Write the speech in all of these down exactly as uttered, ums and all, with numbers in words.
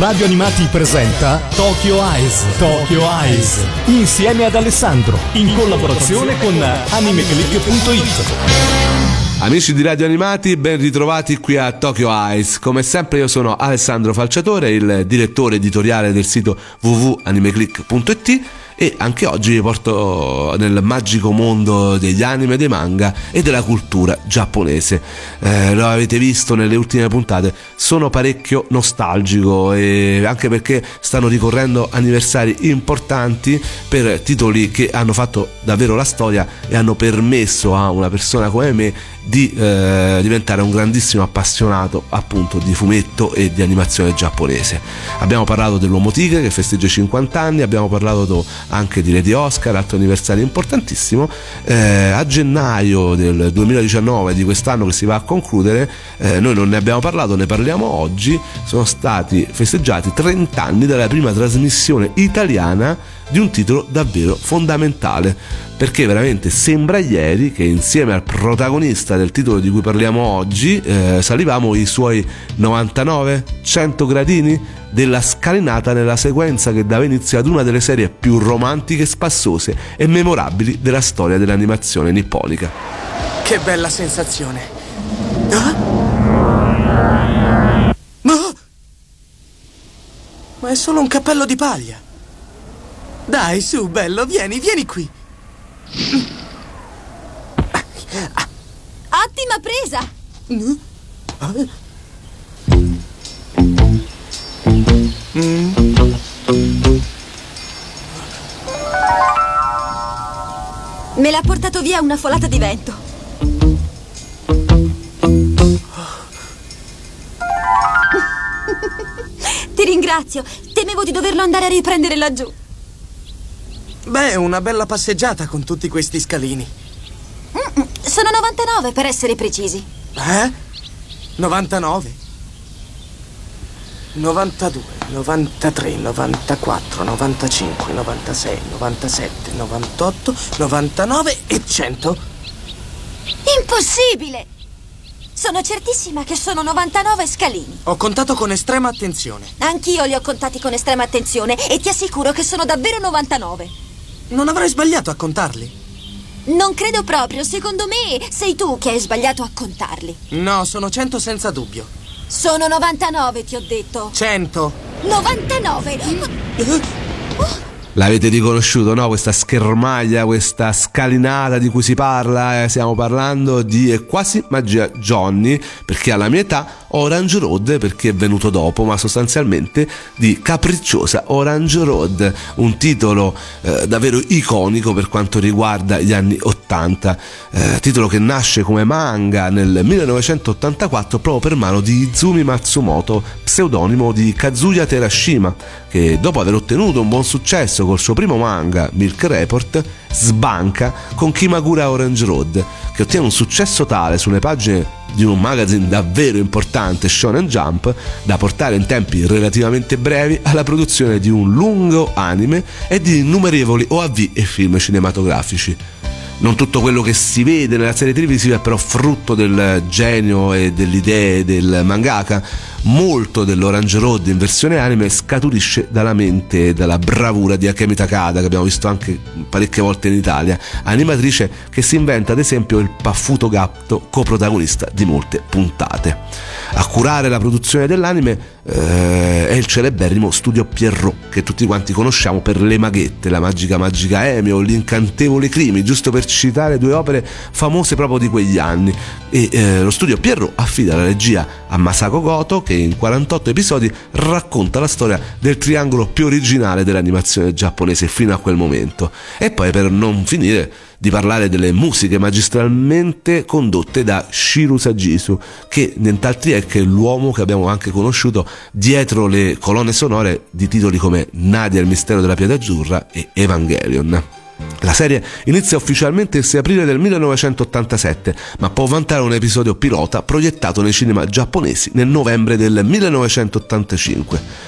Radio Animati presenta Tokyo Eyes. Tokyo Eyes. Insieme ad Alessandro. In collaborazione con animeclick punto it. Amici di Radio Animati, ben ritrovati qui a Tokyo Eyes. Come sempre io sono Alessandro Falciatore, il direttore editoriale del sito w w w punto animeclick punto it, e anche oggi vi porto nel magico mondo degli anime, dei manga e della cultura giapponese. Eh, lo avete visto nelle ultime puntate, sono parecchio nostalgico, e anche perché stanno ricorrendo anniversari importanti per titoli che hanno fatto davvero la storia e hanno permesso a una persona come me di eh, diventare un grandissimo appassionato appunto di fumetto e di animazione giapponese. Abbiamo parlato dell'Uomo Tigre che festeggia i cinquanta anni, abbiamo parlato anche di Lady Oscar, altro anniversario importantissimo. Eh, a gennaio del duemiladiciannove, di quest'anno che si va a concludere, eh, noi non ne abbiamo parlato, ne parliamo oggi. Sono stati festeggiati trenta anni dalla prima trasmissione italiana di un titolo davvero fondamentale, perché veramente sembra ieri che insieme al protagonista del titolo di cui parliamo oggi eh, salivamo i suoi novantanove cento gradini della scalinata nella sequenza che dava inizio ad una delle serie più romantiche, spassose e memorabili della storia dell'animazione nipponica. Che bella sensazione! Ah? Ma... Ma è solo un cappello di paglia! Dai, su, bello, vieni, vieni qui! Ottima presa! Mm. Me l'ha portato via una folata di vento. Ti ringrazio, temevo di doverlo andare a riprendere laggiù. Beh, una bella passeggiata con tutti questi scalini. Mm-mm, sono novantanove per essere precisi. Eh? novantanove? novantadue, novantatré, novantaquattro, novantacinque, novantasei, novantasette, novantotto, novantanove e cento. Impossibile! Sono certissima che sono novantanove scalini. Ho contato con estrema attenzione. Anch'io li ho contati con estrema attenzione e ti assicuro che sono davvero novantanove. Non avrei sbagliato a contarli? Non credo proprio, secondo me sei tu che hai sbagliato a contarli. No, sono cento senza dubbio. Sono novantanove, ti ho detto. cento. novantanove! Uh. L'avete riconosciuto, no? Questa schermaglia, questa scalinata di cui si parla, eh, stiamo parlando di è quasi magia Johnny, perché alla mia età Orange Road, perché è venuto dopo, ma sostanzialmente di Capricciosa Orange Road, un titolo eh, davvero iconico per quanto riguarda gli anni ottanta, eh, titolo che nasce come manga nel millenovecentottantaquattro proprio per mano di Izumi Matsumoto, pseudonimo di Kazuya Terashima, che dopo aver ottenuto un buon successo col suo primo manga Milk Report sbanca con Kimagura Orange Road, che ottiene un successo tale sulle pagine di un magazine davvero importante, Shonen Jump, da portare in tempi relativamente brevi alla produzione di un lungo anime e di innumerevoli O A V e film cinematografici. Non tutto quello che si vede nella serie televisiva è però frutto del genio e delle idee del mangaka. Molto dell'Orange Road in versione anime scaturisce dalla mente e dalla bravura di Akemi Takada, che abbiamo visto anche parecchie volte in Italia, animatrice che si inventa ad esempio il paffuto gatto coprotagonista di molte puntate. A curare la produzione dell'anime eh, è il celeberrimo Studio Pierrot, che tutti quanti conosciamo per Le Maghette, La Magica Magica Amy o L'Incantevole Crimi, giusto per citare due opere famose proprio di quegli anni. E eh, lo Studio Pierrot affida la regia a Masako Goto, che in quarantotto episodi racconta la storia del triangolo più originale dell'animazione giapponese fino a quel momento. E poi, per non finire di parlare delle musiche magistralmente condotte da Shiru Sajisu, che nient'altri è che l'uomo che abbiamo anche conosciuto dietro le colonne sonore di titoli come Nadia il mistero della pietra azzurra e Evangelion. La serie inizia ufficialmente il sei aprile del millenovecentottantasette, ma può vantare un episodio pilota proiettato nei cinema giapponesi nel novembre del millenovecentottantacinque.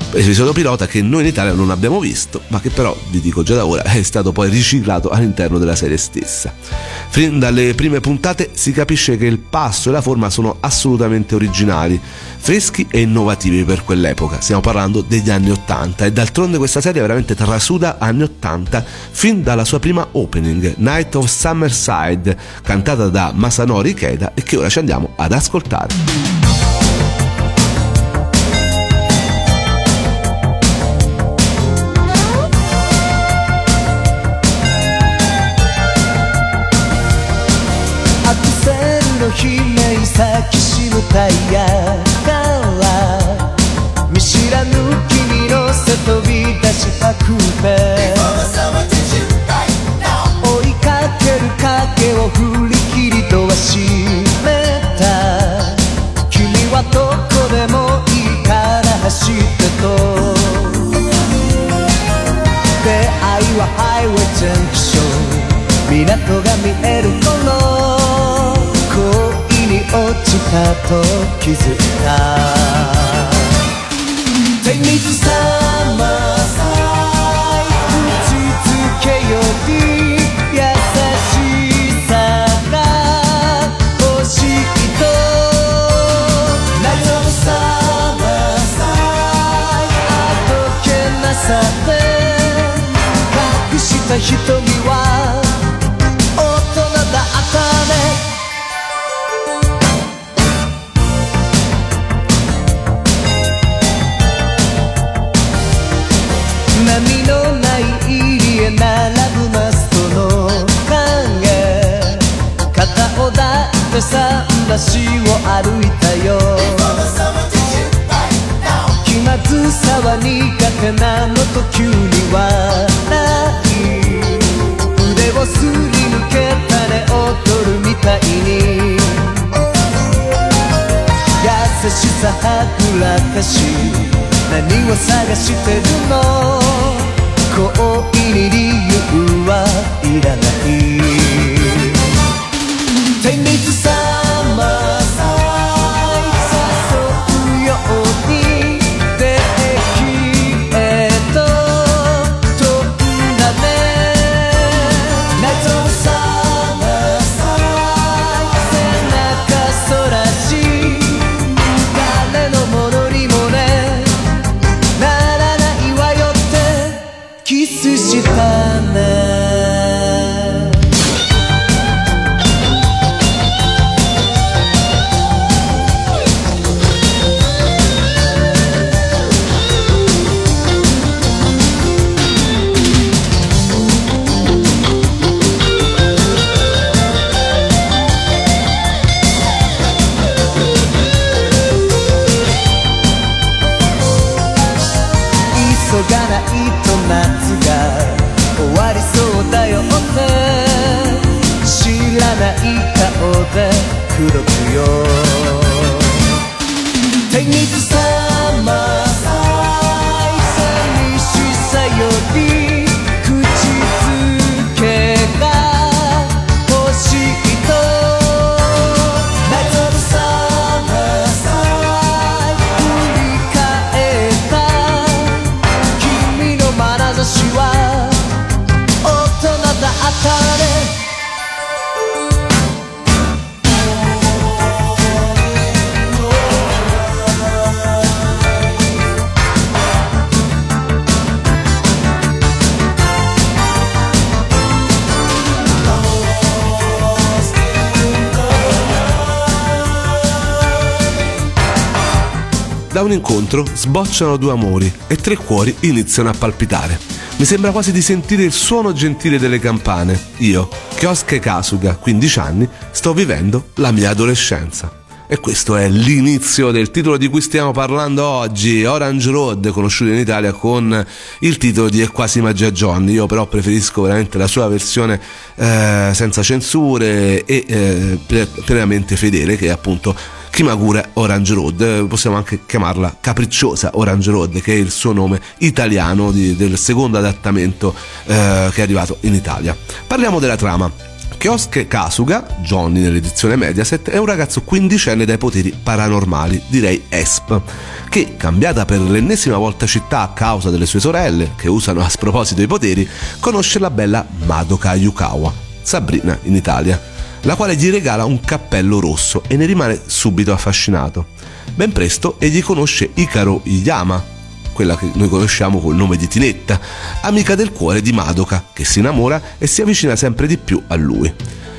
episodio pilota che noi in Italia non abbiamo visto, ma che però, vi dico già da ora, è stato poi riciclato all'interno della serie stessa. Fin dalle prime puntate si capisce che il passo e la forma sono assolutamente originali, freschi e innovativi per quell'epoca. Stiamo parlando degli anni ottanta e d'altronde questa serie veramente trasuda anni ottanta fin dalla sua prima opening, Night of Summerside, cantata da Masanori Ikeda e che ora ci andiamo ad ascoltare. 姫咲きしむタイヤから見知らぬ君の背飛び出したくて追いかける影を振り切りとは閉めた君はどこでもいいから走ってと出会いはハイウェイジャンクション港が見える頃恋に落ちたと気づいた Take me to summer side 打ちつけより優しさが欲しいと Night of summer side あどけなさで隠した瞳は大人だったね波のない入りへ並ぶマストの影肩を抱いて桟橋を歩いたよ気まずさは苦手なのと急に笑い腕をすり抜けたね踊るみたいに優しさはぐらかし何を探してるの恋に理由はいらない Take me to summer side 誘うようにできへと飛んだね Night of summer side 背中そらし誰のものにもねキスしたね急がないと夏が終わりそうだよって知らない顔で口説くよ Take me to summer side 寂しさより口づけが欲しいと Night of summer side 振り返った君の眼差しは大人だったね Da un incontro sbocciano due amori e tre cuori iniziano a palpitare. Mi sembra quasi di sentire il suono gentile delle campane. Io, Kyosuke Kasuga, quindici anni, sto vivendo la mia adolescenza. E questo è l'inizio del titolo di cui stiamo parlando oggi, Orange Road, conosciuto in Italia con il titolo di È quasi magia Johnny. Io però preferisco veramente la sua versione eh, senza censure e eh, pienamente fedele, che è appunto Kimagure Orange Road. Possiamo anche chiamarla Capricciosa Orange Road, che è il suo nome italiano di, del secondo adattamento eh, che è arrivato in Italia. Parliamo della trama. Kyosuke Kasuga, Johnny nell'edizione Mediaset, è un ragazzo quindicenne dai poteri paranormali, direi E S P, che, cambiata per l'ennesima volta città a causa delle sue sorelle, che usano a sproposito i poteri, conosce la bella Madoka Yukawa, Sabrina in Italia, la quale gli regala un cappello rosso e ne rimane subito affascinato. Ben presto egli conosce Hikaru Iyama, quella che noi conosciamo col nome di Tinetta, amica del cuore di Madoka, che si innamora e si avvicina sempre di più a lui.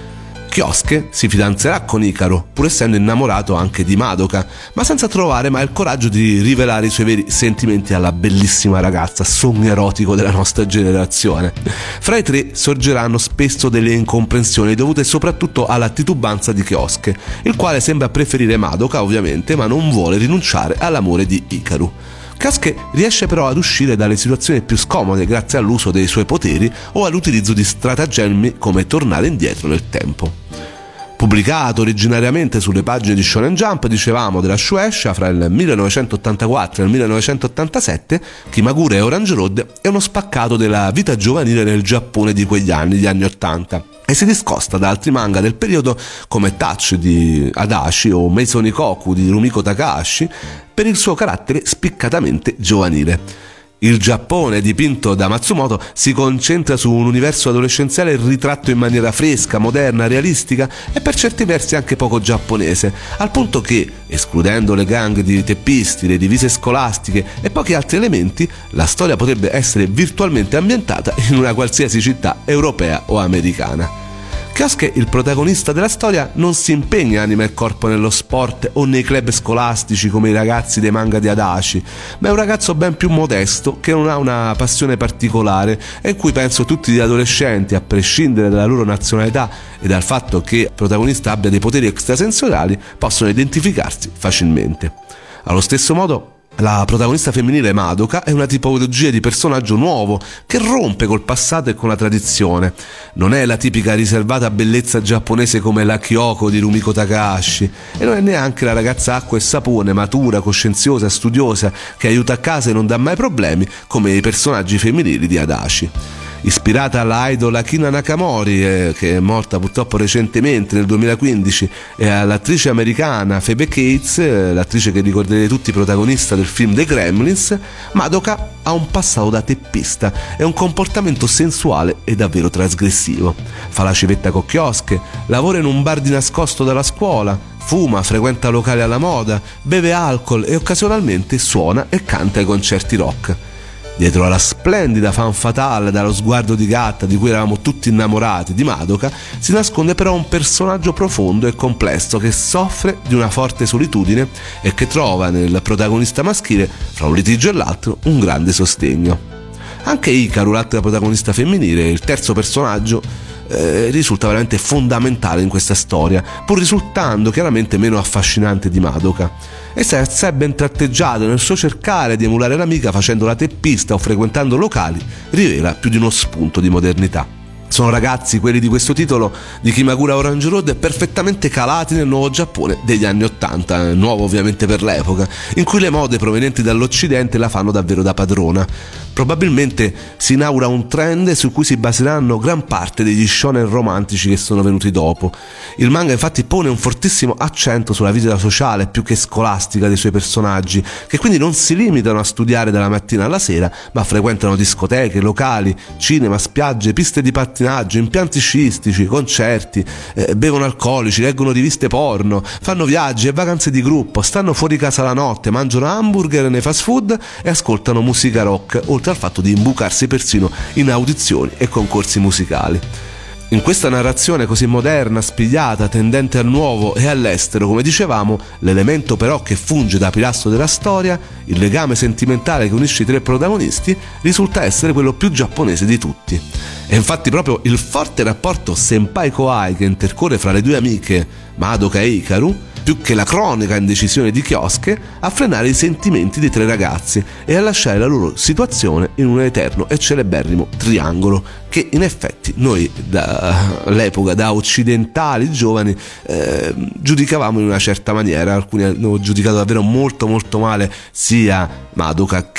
Kyosuke si fidanzerà con Hikaru, pur essendo innamorato anche di Madoka, ma senza trovare mai il coraggio di rivelare i suoi veri sentimenti alla bellissima ragazza, sogno erotico della nostra generazione. Fra i tre sorgeranno spesso delle incomprensioni dovute soprattutto alla titubanza di Kyosuke, il quale sembra preferire Madoka ovviamente, ma non vuole rinunciare all'amore di Hikaru. Kyosuke riesce però ad uscire dalle situazioni più scomode grazie all'uso dei suoi poteri o all'utilizzo di stratagemmi come tornare indietro nel tempo. Pubblicato originariamente sulle pagine di Shonen Jump, dicevamo, della Shueisha fra il millenovecentottantaquattro e il millenovecentottantasette, Kimagure e Orange Road è uno spaccato della vita giovanile nel Giappone di quegli anni, gli anni ottanta, e si discosta da altri manga del periodo come Touch di Adachi o Meisonikoku di Rumiko Takahashi per il suo carattere spiccatamente giovanile. Il Giappone dipinto da Matsumoto si concentra su un universo adolescenziale ritratto in maniera fresca, moderna, realistica e per certi versi anche poco giapponese, al punto che, escludendo le gang di teppisti, le divise scolastiche e pochi altri elementi, la storia potrebbe essere virtualmente ambientata in una qualsiasi città europea o americana. Kyosuke, il protagonista della storia, non si impegna anima e corpo nello sport o nei club scolastici come i ragazzi dei manga di Adachi, ma è un ragazzo ben più modesto che non ha una passione particolare e in cui penso tutti gli adolescenti, a prescindere dalla loro nazionalità e dal fatto che il protagonista abbia dei poteri extrasensoriali, possono identificarsi facilmente. Allo stesso modo, la protagonista femminile Madoka è una tipologia di personaggio nuovo che rompe col passato e con la tradizione. Non è la tipica riservata bellezza giapponese come la Kyoko di Rumiko Takahashi e non è neanche la ragazza acqua e sapone, matura, coscienziosa, studiosa, che aiuta a casa e non dà mai problemi come i personaggi femminili di Adachi. Ispirata alla idol Akina Nakamori, eh, che è morta purtroppo recentemente nel duemilaquindici, e all'attrice americana Phoebe Cates, eh, l'attrice che ricorderete tutti protagonista del film The Gremlins, Madoka ha un passato da teppista e un comportamento sensuale e davvero trasgressivo. Fa la civetta con Kyosuke, lavora in un bar di nascosto dalla scuola, fuma, frequenta locali alla moda, beve alcol e occasionalmente suona e canta ai concerti rock. Dietro alla splendida femme fatale dallo sguardo di gatta di cui eravamo tutti innamorati di Madoka si nasconde però un personaggio profondo e complesso che soffre di una forte solitudine e che trova nel protagonista maschile, fra un litigio e l'altro, un grande sostegno. Anche Hikaru, l'altra protagonista femminile, il terzo personaggio, eh, risulta veramente fondamentale in questa storia, pur risultando chiaramente meno affascinante di Madoka. Essa è assai ben tratteggiata nel suo cercare di emulare l'amica facendo la teppista o frequentando locali, rivela più di uno spunto di modernità. Sono ragazzi, quelli di questo titolo di Kimagure Orange Road, perfettamente calati nel nuovo Giappone degli anni ottanta, nuovo ovviamente per l'epoca, in cui le mode provenienti dall'Occidente la fanno davvero da padrona. Probabilmente si inaugura un trend su cui si baseranno gran parte degli shonen romantici che sono venuti dopo. Il manga infatti pone un fortissimo accento sulla vita sociale più che scolastica dei suoi personaggi, che quindi non si limitano a studiare dalla mattina alla sera, ma frequentano discoteche, locali, cinema, spiagge, piste di pattinaggio, impianti sciistici, concerti, eh, bevono alcolici, leggono riviste porno, fanno viaggi e vacanze di gruppo, stanno fuori casa la notte, mangiano hamburger nei fast food e ascoltano musica rock, oltre al fatto di imbucarsi persino in audizioni e concorsi musicali. In questa narrazione così moderna, spigliata, tendente al nuovo e all'estero, come dicevamo, l'elemento però che funge da pilastro della storia, il legame sentimentale che unisce i tre protagonisti, risulta essere quello più giapponese di tutti. E infatti proprio il forte rapporto senpai-kohai che intercorre fra le due amiche Madoka e Hikaru, più che la cronica indecisione di Kyosuke, a frenare i sentimenti dei tre ragazzi e a lasciare la loro situazione in un eterno e celeberrimo triangolo che in effetti noi dall'epoca, da occidentali giovani, eh, giudicavamo in una certa maniera. Alcuni hanno giudicato davvero molto molto male sia Madoka che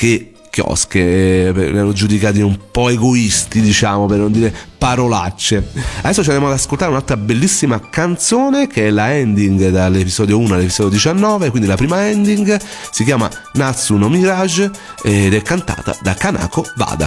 chiosche, li hanno giudicati un po' egoisti, diciamo, per non dire parolacce. Adesso ci andiamo ad ascoltare un'altra bellissima canzone che è la ending dall'episodio uno all'episodio diciannove, quindi la prima ending si chiama Natsu no Mirage ed è cantata da Kanako Wada.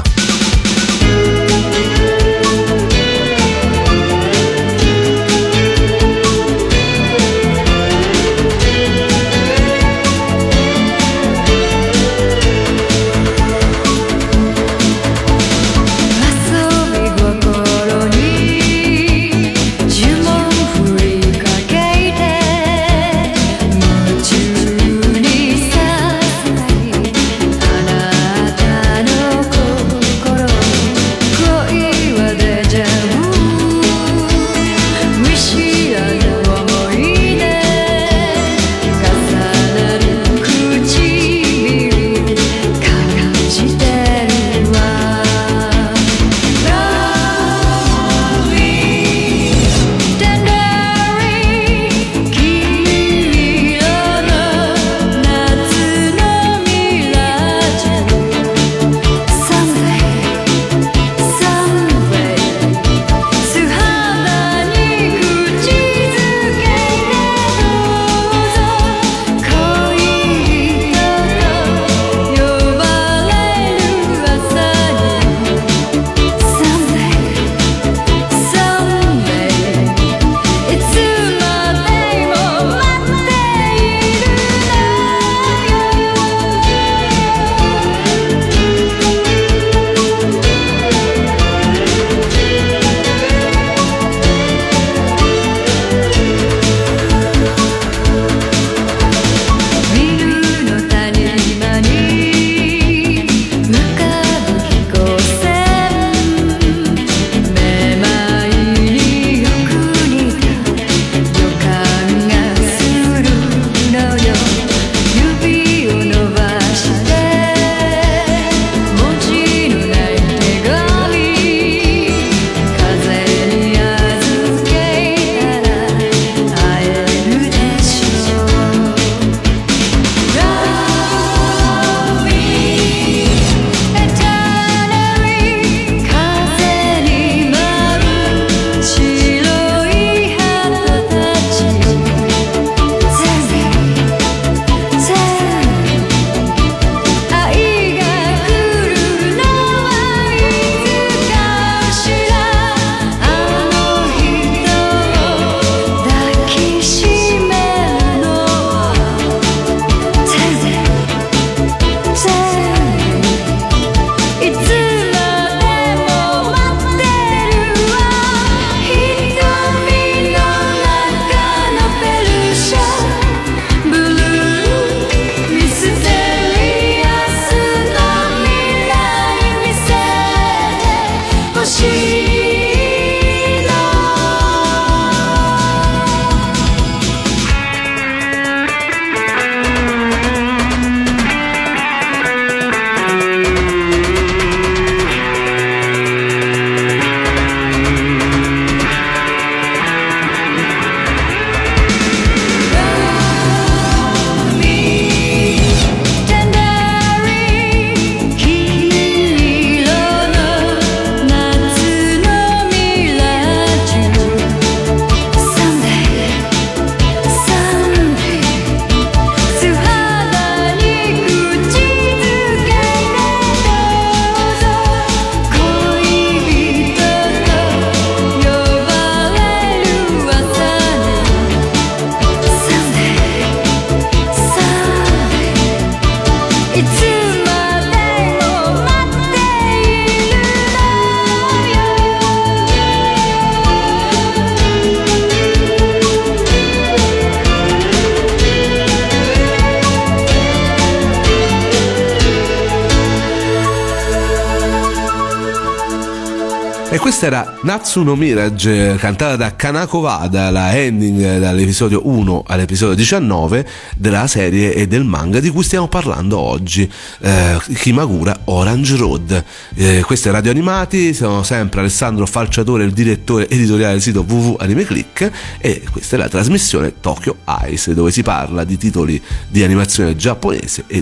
「E questa era Natsu no Mirage, cantata da Kanako Wada, la ending dall'episodio uno all'episodio diciannove della serie e del manga di cui stiamo parlando oggi, eh, Kimagura Orange Road. Eh, questo è Radio Animati, sono sempre Alessandro Falciatore, il direttore editoriale del sito w w w punto anime click, e questa è la trasmissione Tokyo Eyes, dove si parla di titoli di animazione giapponese e di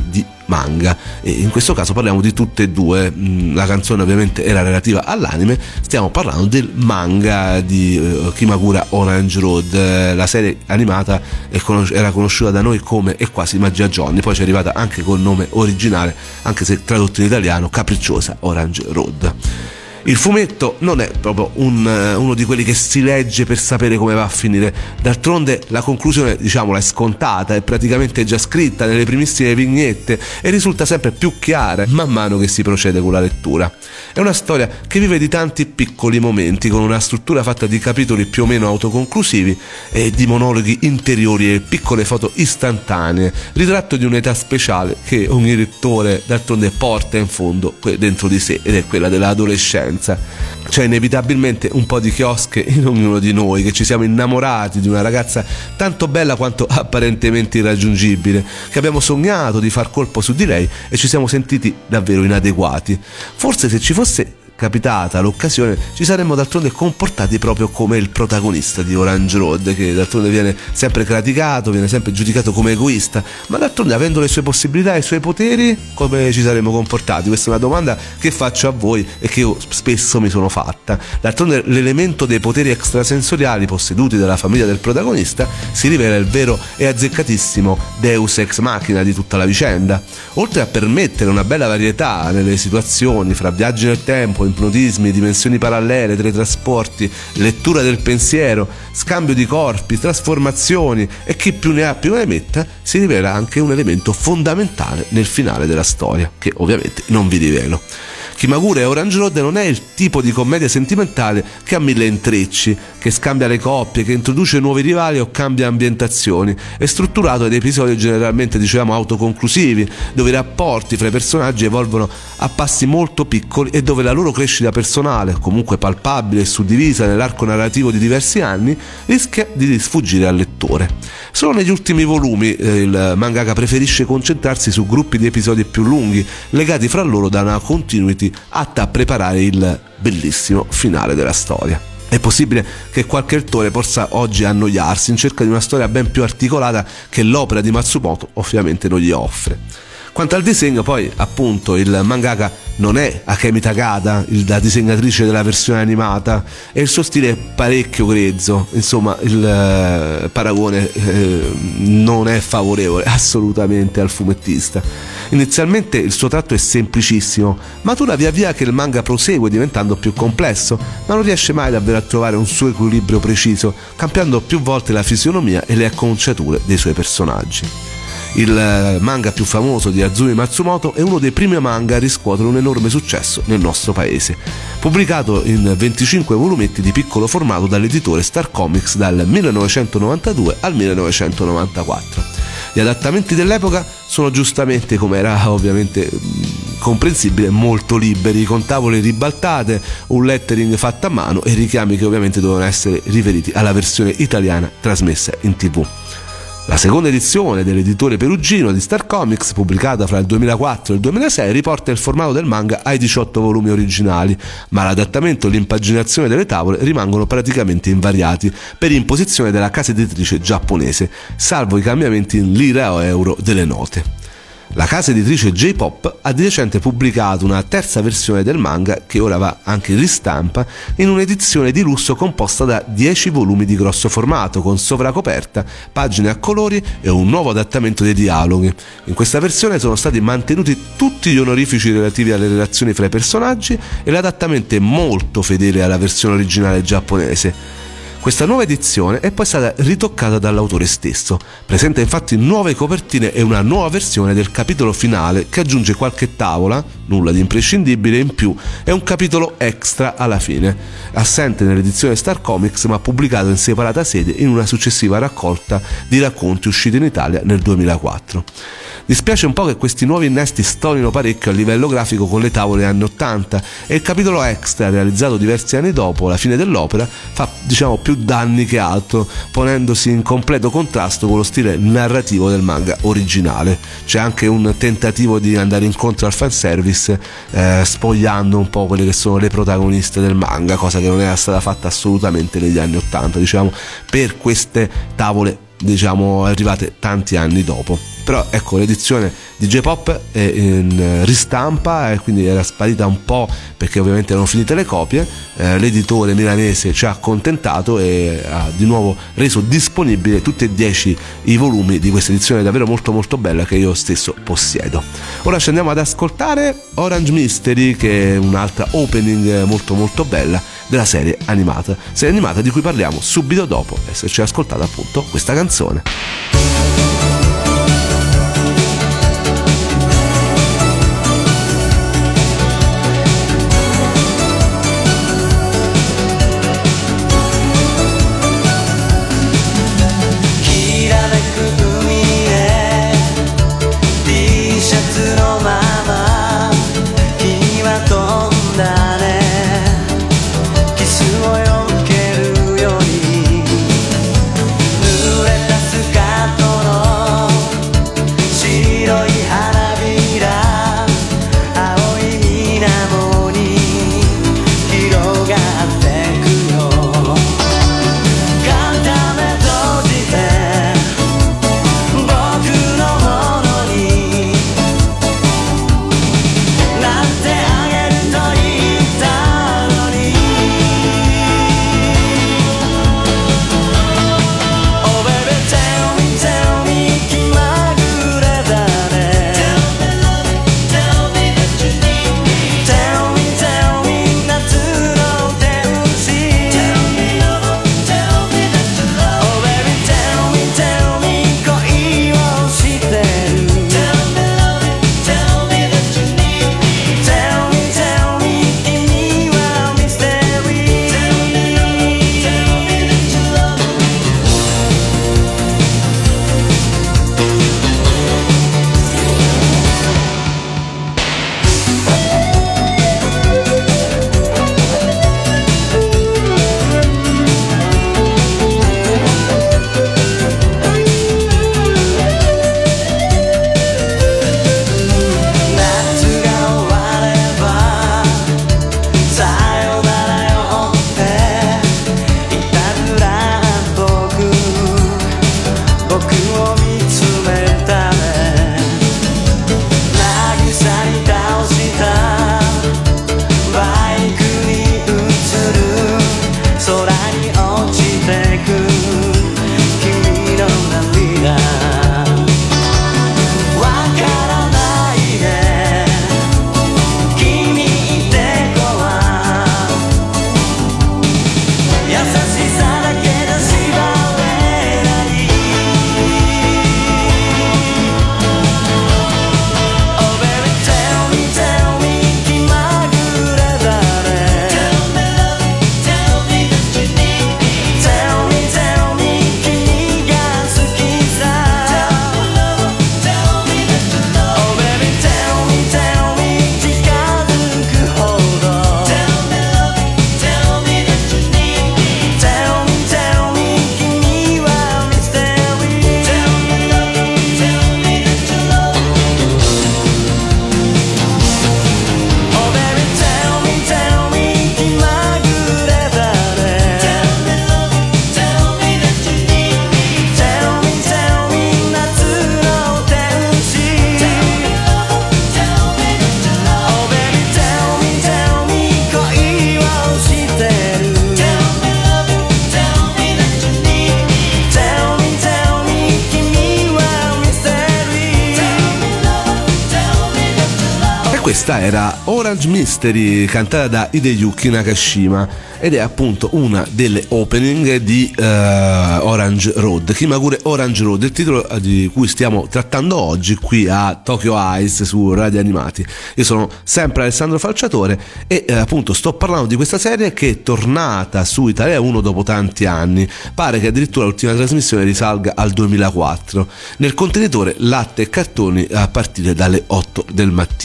manga, e in questo caso parliamo di tutte e due. La canzone ovviamente era relativa all'anime, stiamo parlando del manga di uh, Kimakura Orange Road. La serie animata è conos- era conosciuta da noi come È quasi magia Johnny, poi ci è arrivata anche col nome originale, anche se tradotto in italiano, Capricciosa Orange Road. Il fumetto non è proprio un, uno di quelli che si legge per sapere come va a finire, d'altronde la conclusione, diciamola, è scontata, è praticamente già scritta nelle primissime vignette e risulta sempre più chiara man mano che si procede con la lettura. È una storia che vive di tanti piccoli momenti, con una struttura fatta di capitoli più o meno autoconclusivi e di monologhi interiori e piccole foto istantanee, ritratto di un'età speciale che ogni lettore d'altronde porta in fondo dentro di sé, ed è quella dell'adolescenza. C'è inevitabilmente un po' di chiosche in ognuno di noi, che ci siamo innamorati di una ragazza tanto bella quanto apparentemente irraggiungibile, che abbiamo sognato di far colpo su di lei e ci siamo sentiti davvero inadeguati. Forse se ci fosse capitata l'occasione ci saremmo d'altronde comportati proprio come il protagonista di Orange Road, che d'altronde viene sempre criticato, viene sempre giudicato come egoista, ma d'altronde, avendo le sue possibilità e i suoi poteri, come ci saremmo comportati? Questa è una domanda che faccio a voi e che io spesso mi sono fatta. D'altronde l'elemento dei poteri extrasensoriali posseduti dalla famiglia del protagonista si rivela il vero e azzeccatissimo deus ex machina di tutta la vicenda. Oltre a permettere una bella varietà nelle situazioni, fra viaggi nel tempo, ipnotismi, dimensioni parallele, teletrasporti, lettura del pensiero, scambio di corpi, trasformazioni e chi più ne ha più ne metta, si rivela anche un elemento fondamentale nel finale della storia, che ovviamente non vi rivelo. Kimakura e Orange Road non è il tipo di commedia sentimentale che ha mille intrecci, che scambia le coppie, che introduce nuovi rivali o cambia ambientazioni. È strutturato ad episodi generalmente, diciamo, autoconclusivi, dove i rapporti fra i personaggi evolvono a passi molto piccoli e dove la loro crescita personale, comunque palpabile e suddivisa nell'arco narrativo di diversi anni, rischia di sfuggire al lettore. Solo negli ultimi volumi eh, il mangaka preferisce concentrarsi su gruppi di episodi più lunghi, legati fra loro da una continuity atta a preparare il bellissimo finale della storia. È possibile che qualche lettore possa oggi annoiarsi in cerca di una storia ben più articolata che l'opera di Matsumoto ovviamente non gli offre. Quanto al disegno, poi, appunto, il mangaka non è Akemi Takada, la disegnatrice della versione animata, e il suo stile è parecchio grezzo. Insomma, il eh, paragone eh, non è favorevole assolutamente al fumettista. Inizialmente il suo tratto è semplicissimo, matura via via che il manga prosegue diventando più complesso, ma non riesce mai davvero a trovare un suo equilibrio preciso, cambiando più volte la fisionomia e le acconciature dei suoi personaggi. Il manga più famoso di Azumi Matsumoto è uno dei primi manga a riscuotere un enorme successo nel nostro paese, pubblicato in venticinque volumetti di piccolo formato dall'editore Star Comics dal millenovecentonovantadue al millenovecentonovantaquattro. Gli adattamenti dell'epoca sono giustamente, come era ovviamente comprensibile, molto liberi, con tavole ribaltate, un lettering fatto a mano e richiami che ovviamente dovevano essere riferiti alla versione italiana trasmessa in tv. La seconda edizione dell'editore perugino di Star Comics, pubblicata fra il duemilaquattro e il duemilasei, riporta il formato del manga ai diciotto volumi originali, ma l'adattamento e l'impaginazione delle tavole rimangono praticamente invariati per imposizione della casa editrice giapponese, salvo i cambiamenti in lira o euro delle note. La casa editrice J-Pop ha di recente pubblicato una terza versione del manga, che ora va anche in ristampa, in un'edizione di lusso composta da dieci volumi di grosso formato, con sovracoperta, pagine a colori e un nuovo adattamento dei dialoghi. In questa versione sono stati mantenuti tutti gli onorifici relativi alle relazioni fra i personaggi e l'adattamento è molto fedele alla versione originale giapponese. Questa nuova edizione è poi stata ritoccata dall'autore stesso. Presenta infatti nuove copertine e una nuova versione del capitolo finale che aggiunge qualche tavola, nulla di imprescindibile, in più e un capitolo extra alla fine, assente nell'edizione Star Comics ma pubblicato in separata sede in una successiva raccolta di racconti uscita in Italia nel duemilaquattro. Dispiace un po' che questi nuovi innesti stonino parecchio a livello grafico con le tavole anni ottanta, e il capitolo extra, realizzato diversi anni dopo la fine dell'opera, fa, diciamo, più danni che altro, ponendosi in completo contrasto con lo stile narrativo del manga originale. C'è anche un tentativo di andare incontro al fanservice, eh, spogliando un po' quelle che sono le protagoniste del manga, cosa che non era stata fatta assolutamente negli anni ottanta, diciamo, per queste tavole, diciamo, arrivate tanti anni dopo. però ecco l'edizione di J-Pop è in ristampa e quindi era sparita un po' perché ovviamente erano finite le copie. Eh, l'editore milanese ci ha accontentato e ha di nuovo reso disponibile tutti e dieci i volumi di questa edizione davvero molto molto bella che io stesso possiedo. Ora ci andiamo ad ascoltare Orange Mystery, che è un'altra opening molto molto bella della serie animata, serie animata di cui parliamo subito dopo esserci ascoltato appunto questa canzone. Questa era Orange Mystery, cantata da Hideyuki Nakashima, ed è appunto una delle opening di uh, Orange Road, Kimagure Orange Road, il titolo di cui stiamo trattando oggi qui a Tokyo Eyes su Radio Animati. Io sono sempre Alessandro Falciatore e uh, appunto sto parlando di questa serie che è tornata su Italia uno dopo tanti anni. Pare che addirittura l'ultima trasmissione risalga al duemilaquattro. Nel contenitore latte e cartoni a partire dalle otto del mattino.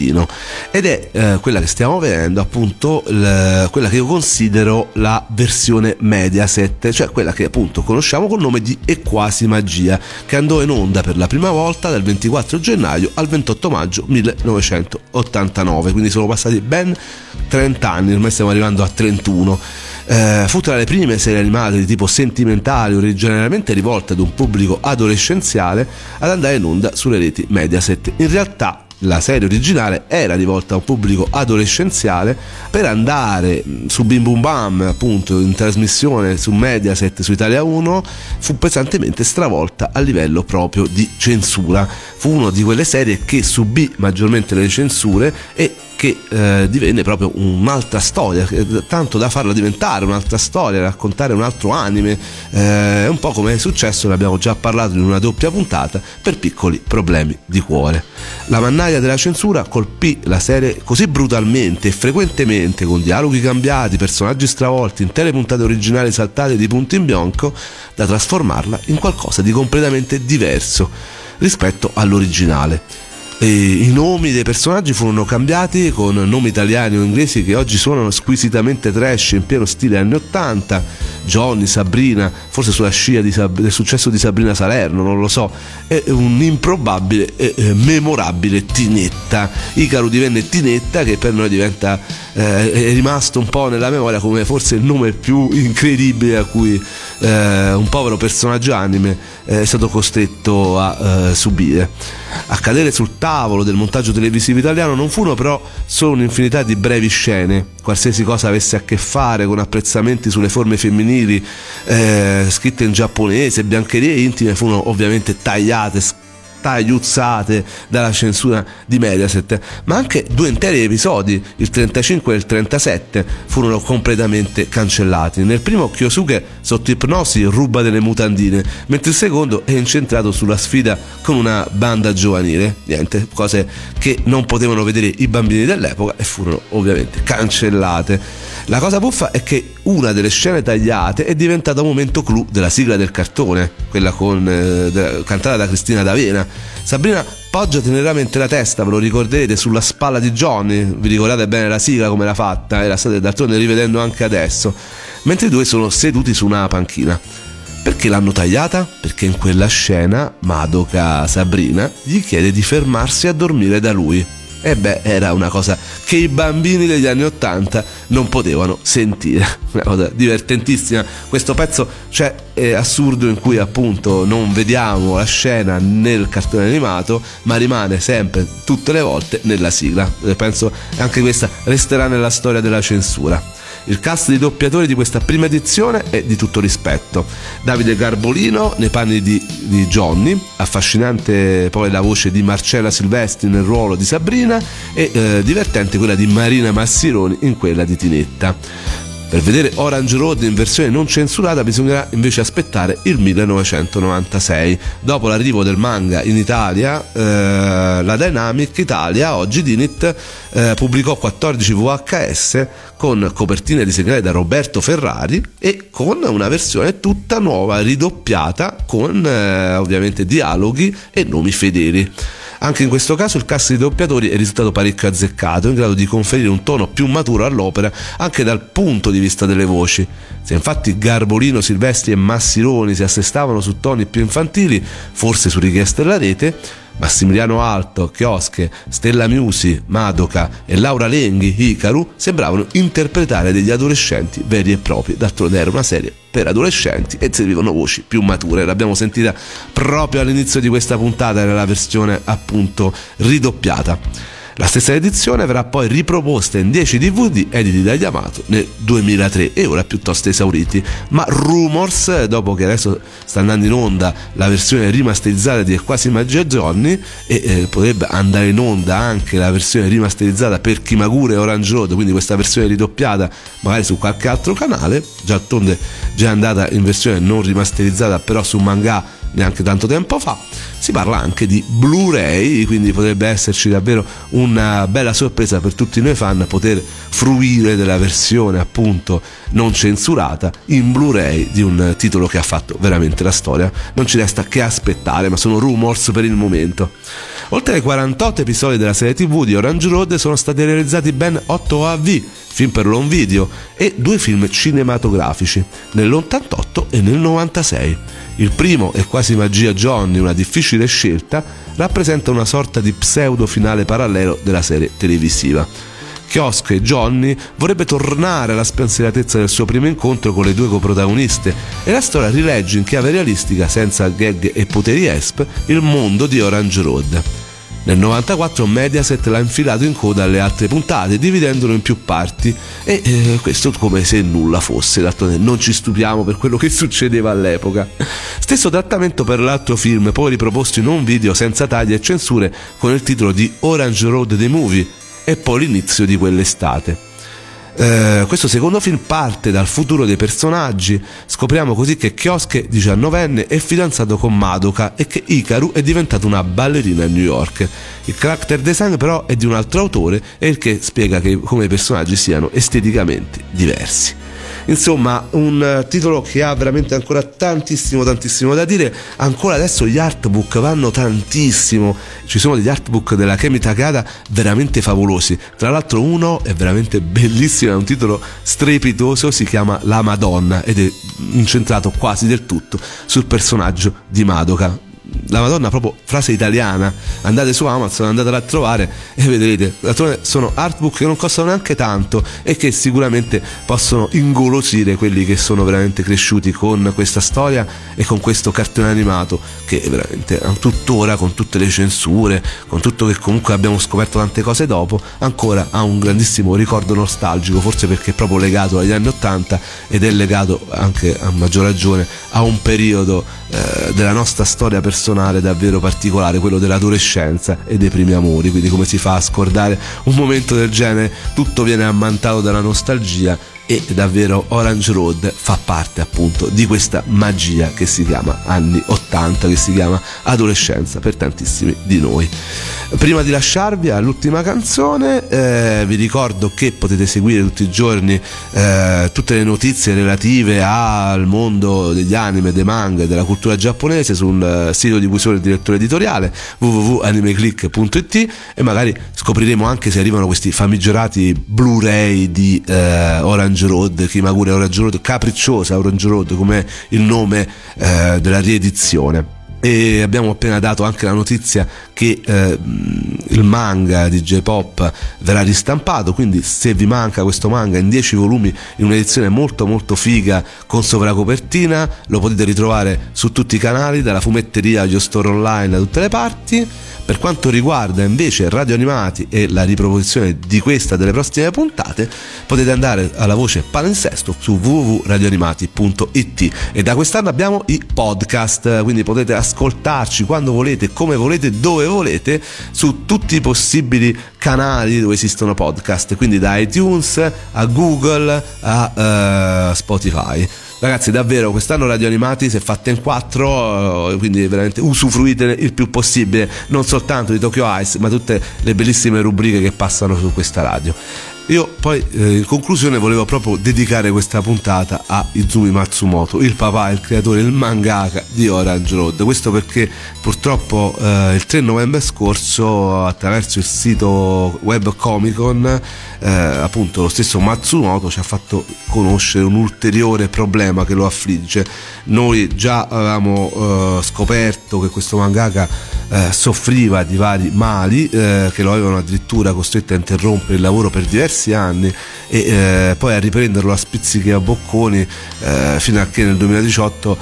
ed è eh, quella che stiamo vedendo, appunto l- quella che io considero la versione Mediaset, cioè quella che appunto conosciamo col nome di E quasi magia, che andò in onda per la prima volta dal ventiquattro gennaio al ventotto maggio millenovecentottantanove, quindi sono passati ben trenta anni, ormai stiamo arrivando a trentuno. Eh, fu tra le prime serie animate di tipo sentimentale, originariamente rivolte ad un pubblico adolescenziale, ad andare in onda sulle reti Mediaset. In realtà la serie originale era rivolta a un pubblico adolescenziale, per andare su Bim Bum Bam, appunto in trasmissione su Mediaset, su Italia uno, fu pesantemente stravolta a livello proprio di censura. Fu una di quelle serie che subì maggiormente le censure e che eh, divenne proprio un'altra storia, tanto da farla diventare un'altra storia, raccontare un altro anime, eh, un po' come è successo, ne abbiamo già parlato in una doppia puntata, per Piccoli problemi di cuore. La mannaia della censura colpì la serie così brutalmente e frequentemente, con dialoghi cambiati, personaggi stravolti, intere puntate originali saltate di punto in bianco, da trasformarla in qualcosa di completamente diverso rispetto all'originale. E i nomi dei personaggi furono cambiati con nomi italiani o inglesi che oggi suonano squisitamente trash in pieno stile anni ottanta. Johnny, Sabrina, forse sulla scia di Sab- del successo di Sabrina Salerno, non lo so. È un improbabile e eh, memorabile Tinetta. Icaro divenne Tinetta, che per noi diventa eh, è rimasto un po' nella memoria come forse il nome più incredibile a cui eh, un povero personaggio anime eh, è stato costretto a eh, subire. A cadere sul tavolo del montaggio televisivo italiano non furono però solo un'infinità di brevi scene, qualsiasi cosa avesse a che fare con apprezzamenti sulle forme femminili eh, scritte in giapponese, biancherie intime furono ovviamente tagliate, tagliuzzate dalla censura di Mediaset, ma anche due interi episodi, il trentacinque e il trentasette, furono completamente cancellati. Nel primo Kyosuke sotto ipnosi ruba delle mutandine, mentre il secondo è incentrato sulla sfida con una banda giovanile. Niente, cose che non potevano vedere i bambini dell'epoca e furono ovviamente cancellate. La cosa buffa è che una delle scene tagliate è diventata un momento clou della sigla del cartone, quella con, eh, de, cantata da Cristina D'Avena. Sabrina poggia teneramente la testa, ve lo ricorderete, sulla spalla di Johnny, vi ricordate bene la sigla come era fatta, e la state d'altronde rivedendo anche adesso, mentre i due sono seduti su una panchina. Perché l'hanno tagliata? Perché in quella scena Madoka Sabrina gli chiede di fermarsi a dormire da lui. E beh, era una cosa che i bambini degli anni ottanta non potevano sentire. Una cosa divertentissima. Questo pezzo c'è, è assurdo, in cui appunto non vediamo la scena nel cartone animato, ma rimane sempre, tutte le volte, nella sigla. Penso anche questa resterà nella storia della censura. Il cast di doppiatori di questa prima edizione è di tutto rispetto. Davide Garbolino nei panni di, di Johnny, affascinante poi la voce di Marcella Silvestri nel ruolo di Sabrina e eh, divertente quella di Marina Massironi in quella di Tinetta. Per vedere Orange Road in versione non censurata bisognerà invece aspettare il millenovecentonovantasei. Dopo l'arrivo del manga in Italia, eh, la Dynamic Italia, oggi Dinit, eh, pubblicò quattordici V H S con copertine disegnate da Roberto Ferrari e con una versione tutta nuova, ridoppiata, con eh, ovviamente dialoghi e nomi fedeli. Anche in questo caso il cast di doppiatori è risultato parecchio azzeccato, in grado di conferire un tono più maturo all'opera anche dal punto di vista delle voci. Se infatti Garbolino, Silvestri e Massironi si assestavano su toni più infantili, forse su richiesta della rete, Massimiliano Alto, Chiosche, Stella Miusi, Madoka e Laura Lenghi, Hikaru, sembravano interpretare degli adolescenti veri e propri. D'altronde era una serie per adolescenti e servivano voci più mature. L'abbiamo sentita proprio all'inizio di questa puntata nella versione appunto ridoppiata. La stessa edizione verrà poi riproposta in dieci D V D editi da Yamato nel duemilatré e ora piuttosto esauriti, ma Rumors, dopo che adesso sta andando in onda la versione rimasterizzata di È quasi magia Johnny e eh, potrebbe andare in onda anche la versione rimasterizzata per Kimagure e Orange Road, quindi questa versione ridoppiata magari su qualche altro canale, già tonde già è andata in versione non rimasterizzata però su manga neanche tanto tempo fa. Si parla anche di Blu-ray, quindi potrebbe esserci davvero una bella sorpresa per tutti noi fan poter fruire della versione appunto non censurata in Blu-ray di un titolo che ha fatto veramente la storia. Non ci resta che aspettare, ma sono rumors per il momento. Oltre ai quarantotto episodi della serie tivù di Orange Road sono stati realizzati ben otto O A V, film per l'home video, e due film cinematografici, nell'ottantotto e nel novantasei. Il primo, È quasi magia Johnny, una difficile scelta, rappresenta una sorta di pseudo finale parallelo della serie televisiva. Kiosk e Johnny vorrebbe tornare alla spensieratezza del suo primo incontro con le due coprotagoniste e la storia rilegge in chiave realistica, senza gag e poteri esp, il mondo di Orange Road. Nel novantaquattro Mediaset l'ha infilato in coda alle altre puntate, dividendolo in più parti, e eh, questo come se nulla fosse, d'altronde non ci stupiamo per quello che succedeva all'epoca. Stesso trattamento per l'altro film, poi riproposto in un video senza tagli e censure con il titolo di Orange Road The Movie, e poi l'inizio di quell'estate. Eh, questo secondo film parte dal futuro dei personaggi. Scopriamo così che Kiosk, diciannovenne, è fidanzato con Madoka e che Hikaru è diventata una ballerina a New York. Il character design però è di un altro autore, e il che spiega che, come i personaggi siano esteticamente diversi. Insomma, un titolo che ha veramente ancora tantissimo tantissimo da dire. Ancora adesso gli artbook vanno tantissimo, ci sono degli artbook della Kemi Takada veramente favolosi. Tra l'altro uno è veramente bellissimo, è un titolo strepitoso, si chiama La Madonna ed è incentrato quasi del tutto sul personaggio di Madoka. La Madonna, proprio frase italiana. Andate su Amazon, andatela a trovare e vedrete. Sono artbook che non costano neanche tanto e che sicuramente possono ingolosire quelli che sono veramente cresciuti con questa storia e con questo cartone animato, che veramente tuttora, con tutte le censure, con tutto che comunque abbiamo scoperto tante cose dopo, ancora ha un grandissimo ricordo nostalgico, forse perché è proprio legato agli anni ottanta ed è legato anche, a maggior ragione, a un periodo eh, della nostra storia personale davvero particolare, quello dell'adolescenza e dei primi amori. Quindi come si fa a scordare un momento del genere? Tutto viene ammantato dalla nostalgia, e davvero Orange Road fa parte appunto di questa magia che si chiama anni ottanta, che si chiama adolescenza per tantissimi di noi. Prima di lasciarvi all'ultima canzone, eh, vi ricordo che potete seguire tutti i giorni eh, tutte le notizie relative al mondo degli anime, dei manga e della cultura giapponese sul sito di cui sono il direttore editoriale, w w w punto animeclick punto i t, e magari scopriremo anche se arrivano questi famigerati Blu-ray di eh, Orange Road, Kimagure Orange Road, capricciosa Orange Road come il nome eh, della riedizione. E abbiamo appena dato anche la notizia che eh, il manga di J-Pop verrà ristampato, quindi se vi manca questo manga in dieci volumi in un'edizione molto molto figa con sovracopertina, lo potete ritrovare su tutti i canali, dalla fumetteria agli store online, da tutte le parti. Per quanto riguarda invece Radio Animati e la riproposizione di questa delle prossime puntate, potete andare alla voce palinsesto su w w w punto radio animati punto i t, e da quest'anno abbiamo i podcast, quindi potete ascoltarci quando volete, come volete, dove volete, su tutti i possibili canali dove esistono podcast, quindi da iTunes a Google a uh, Spotify. Ragazzi, davvero quest'anno Radio Animati si è fatta in quattro, quindi veramente usufruitene il più possibile, non soltanto di Tokyo Ice ma tutte le bellissime rubriche che passano su questa radio. Io poi eh, in conclusione volevo proprio dedicare questa puntata a Izumi Matsumoto, il papà, il creatore, il mangaka di Orange Road. Questo perché purtroppo eh, il tre novembre scorso, attraverso il sito web Comic Con, eh, appunto lo stesso Matsumoto ci ha fatto conoscere un ulteriore problema che lo affligge. Noi già avevamo eh, scoperto che questo mangaka eh, soffriva di vari mali eh, che lo avevano addirittura costretto a interrompere il lavoro per diversi anni e eh, poi a riprenderlo a spizzichi e a bocconi eh, fino a che nel duemiladiciotto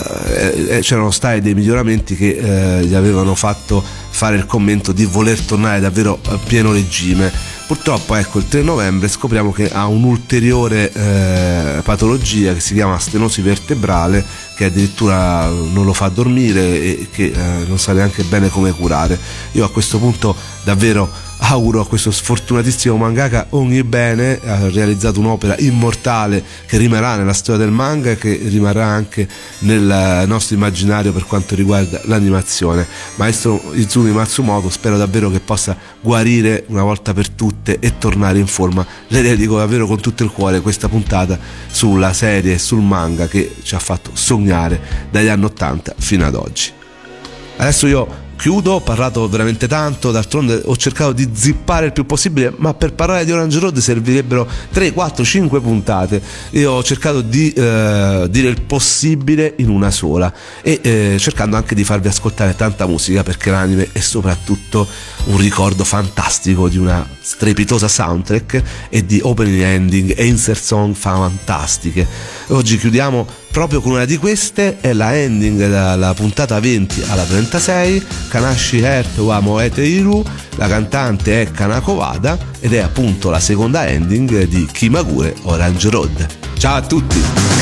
eh, c'erano stati dei miglioramenti che eh, gli avevano fatto fare il commento di voler tornare davvero a pieno regime. Purtroppo, ecco, il tre novembre scopriamo che ha un'ulteriore eh, patologia che si chiama stenosi vertebrale, che addirittura non lo fa dormire e che eh, non sa neanche bene come curare. Io a questo punto davvero auguro a questo sfortunatissimo mangaka ogni bene. Ha realizzato un'opera immortale che rimarrà nella storia del manga e che rimarrà anche nel nostro immaginario per quanto riguarda l'animazione. Maestro Izumi Matsumoto, spero davvero che possa guarire una volta per tutte e tornare in forma. Le dedico davvero con tutto il cuore questa puntata sulla serie e sul manga che ci ha fatto sognare dagli anni ottanta fino ad oggi. Adesso io chiudo, ho parlato veramente tanto, d'altronde ho cercato di zippare il più possibile, ma per parlare di Orange Road servirebbero tre, quattro, cinque puntate. Io ho cercato di eh, dire il possibile in una sola e eh, cercando anche di farvi ascoltare tanta musica, perché l'anime è soprattutto un ricordo fantastico di una strepitosa soundtrack e di opening, ending e insert song fantastiche. Oggi chiudiamo proprio con una di queste, è la ending dalla puntata venti alla trentasei, Kanashi Heart wa Moete Hiru, la cantante è Kanako Wada ed è appunto la seconda ending di Kimagure Orange Road. Ciao a tutti!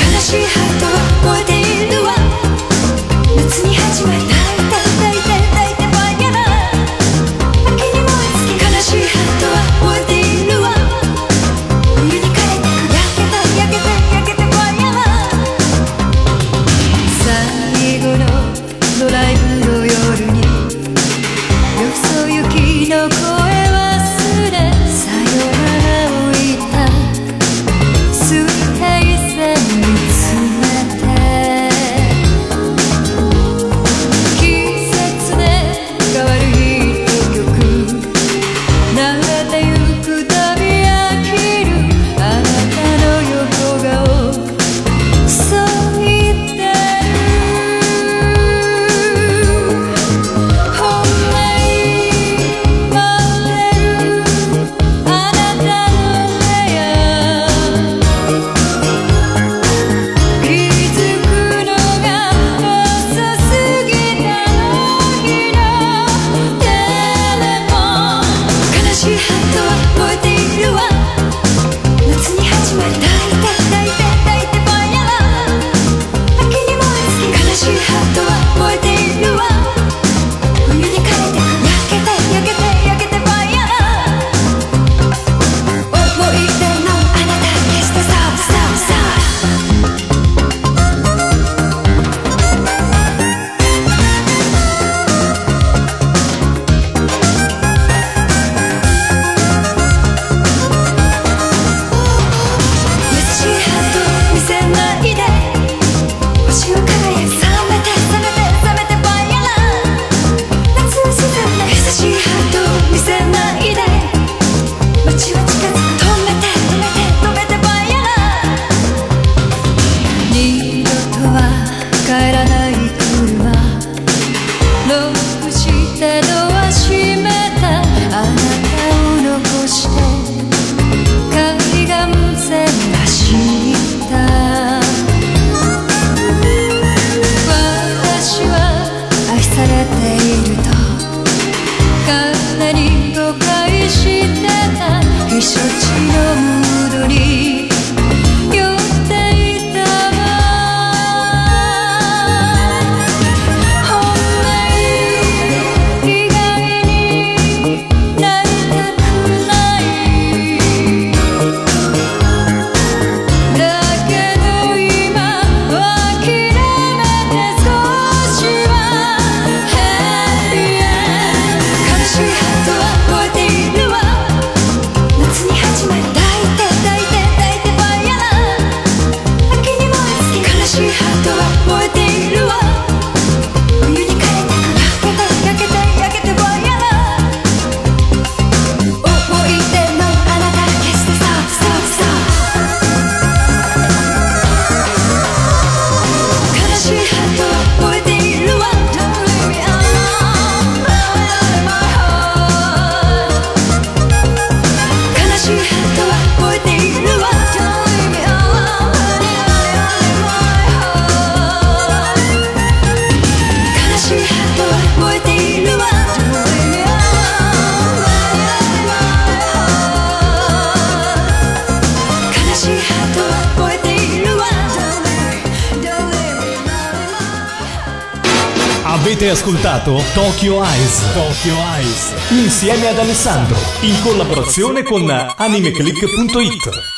'Avete ascoltato Tokyo Eyes, Tokyo Eyes, insieme ad Alessandro, in collaborazione con animeclick punto it.